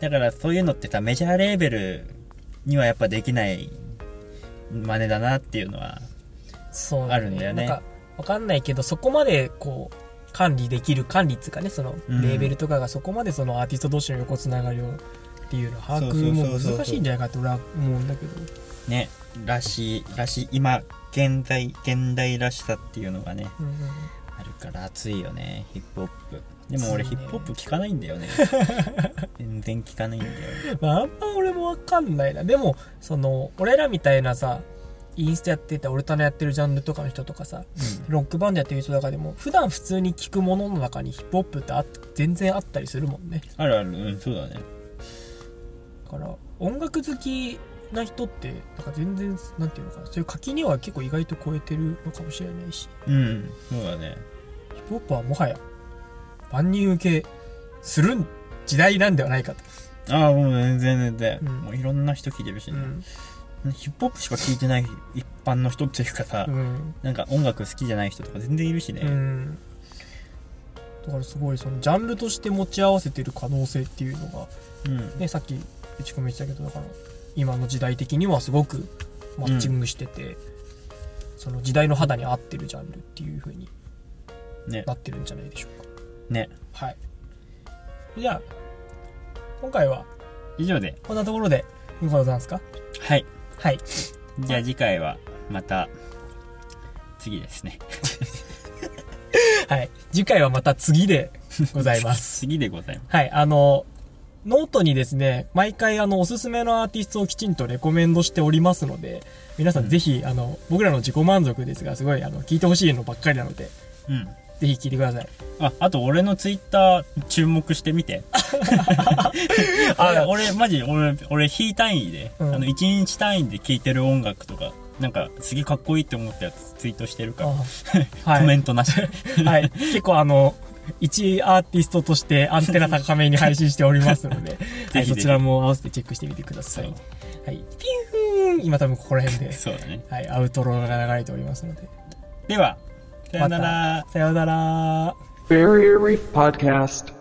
だからそういうのってさメジャーレーベルにはやっぱできない真似だなっていうのはあるんだよね。 なんかわかんないけどそこまでこう管理できる管理っていうかね、そのレーベルとかがそこまでそのアーティスト同士の横つながりをっていうの把握も難しいんじゃないかって俺は思うんだけどね、らしいらしい今現在現代らしさっていうのがね、うんうん、あるから熱いよねヒップホップ。でも俺ヒップホップ聞かないんだよね全然聞かないんだよ、 まあ、あんま俺もわかんないな。でもその俺らみたいなさインスタやってた俺たのやってるジャンルとかの人とかさ、うん、ロックバンドやってる人とかでも普段普通に聞くものの中にヒップホップってあ全然あったりするもんね。 あるある、うん、そうだね。 だから音楽好きな人ってなんか全然なんていうのかな、そういう垣根は結構意外と超えてるのかもしれないし、 うんそうだね。 ヒップホップはもはや万人受けする時代なんではないかと。 ああもう全然全然、うん、もういろんな人聞いてるしね、うん、ヒップホップしか聞いてない一般の人っていうかさ、うん、なんか音楽好きじゃない人とか全然いるしね、うん、だからすごいそのジャンルとして持ち合わせてる可能性っていうのが、うんね、さっき内込み言ってたけどだから今の時代的にはすごくマッチングしてて、うん、その時代の肌に合ってるジャンルっていう風になってるんじゃないでしょうかね。 はい。じゃあ今回は以上でこんなところでいかがございますか。 はいはいじゃあ次回はまた次ですねはい次回はまた次でございます次でございます。 はいあのノートにですね毎回あのおすすめのアーティストをきちんとレコメンドしておりますので皆さんぜひ、うん、あの僕らの自己満足ですがすごいあの聞いてほしいのばっかりなので、うんぜひ聞いてください。 あ、あと俺のツイッター注目してみて。あ、俺マジ俺俺日単位で、うん、あの一日単位で聴いてる音楽とかなんかすげえかっこいいって思ったやつツイートしてるから、はい、コメントなし。 はい。結構あの一アーティストとしてアンテナ高めに配信しておりますので、ぜひぜひそちらも合わせてチェックしてみてください。はい。ピューン今多分ここら辺で、 そうだね。 はいアウトロが流れておりますので。 では。さよなら。 さよなら。 Barrier Reef Podcast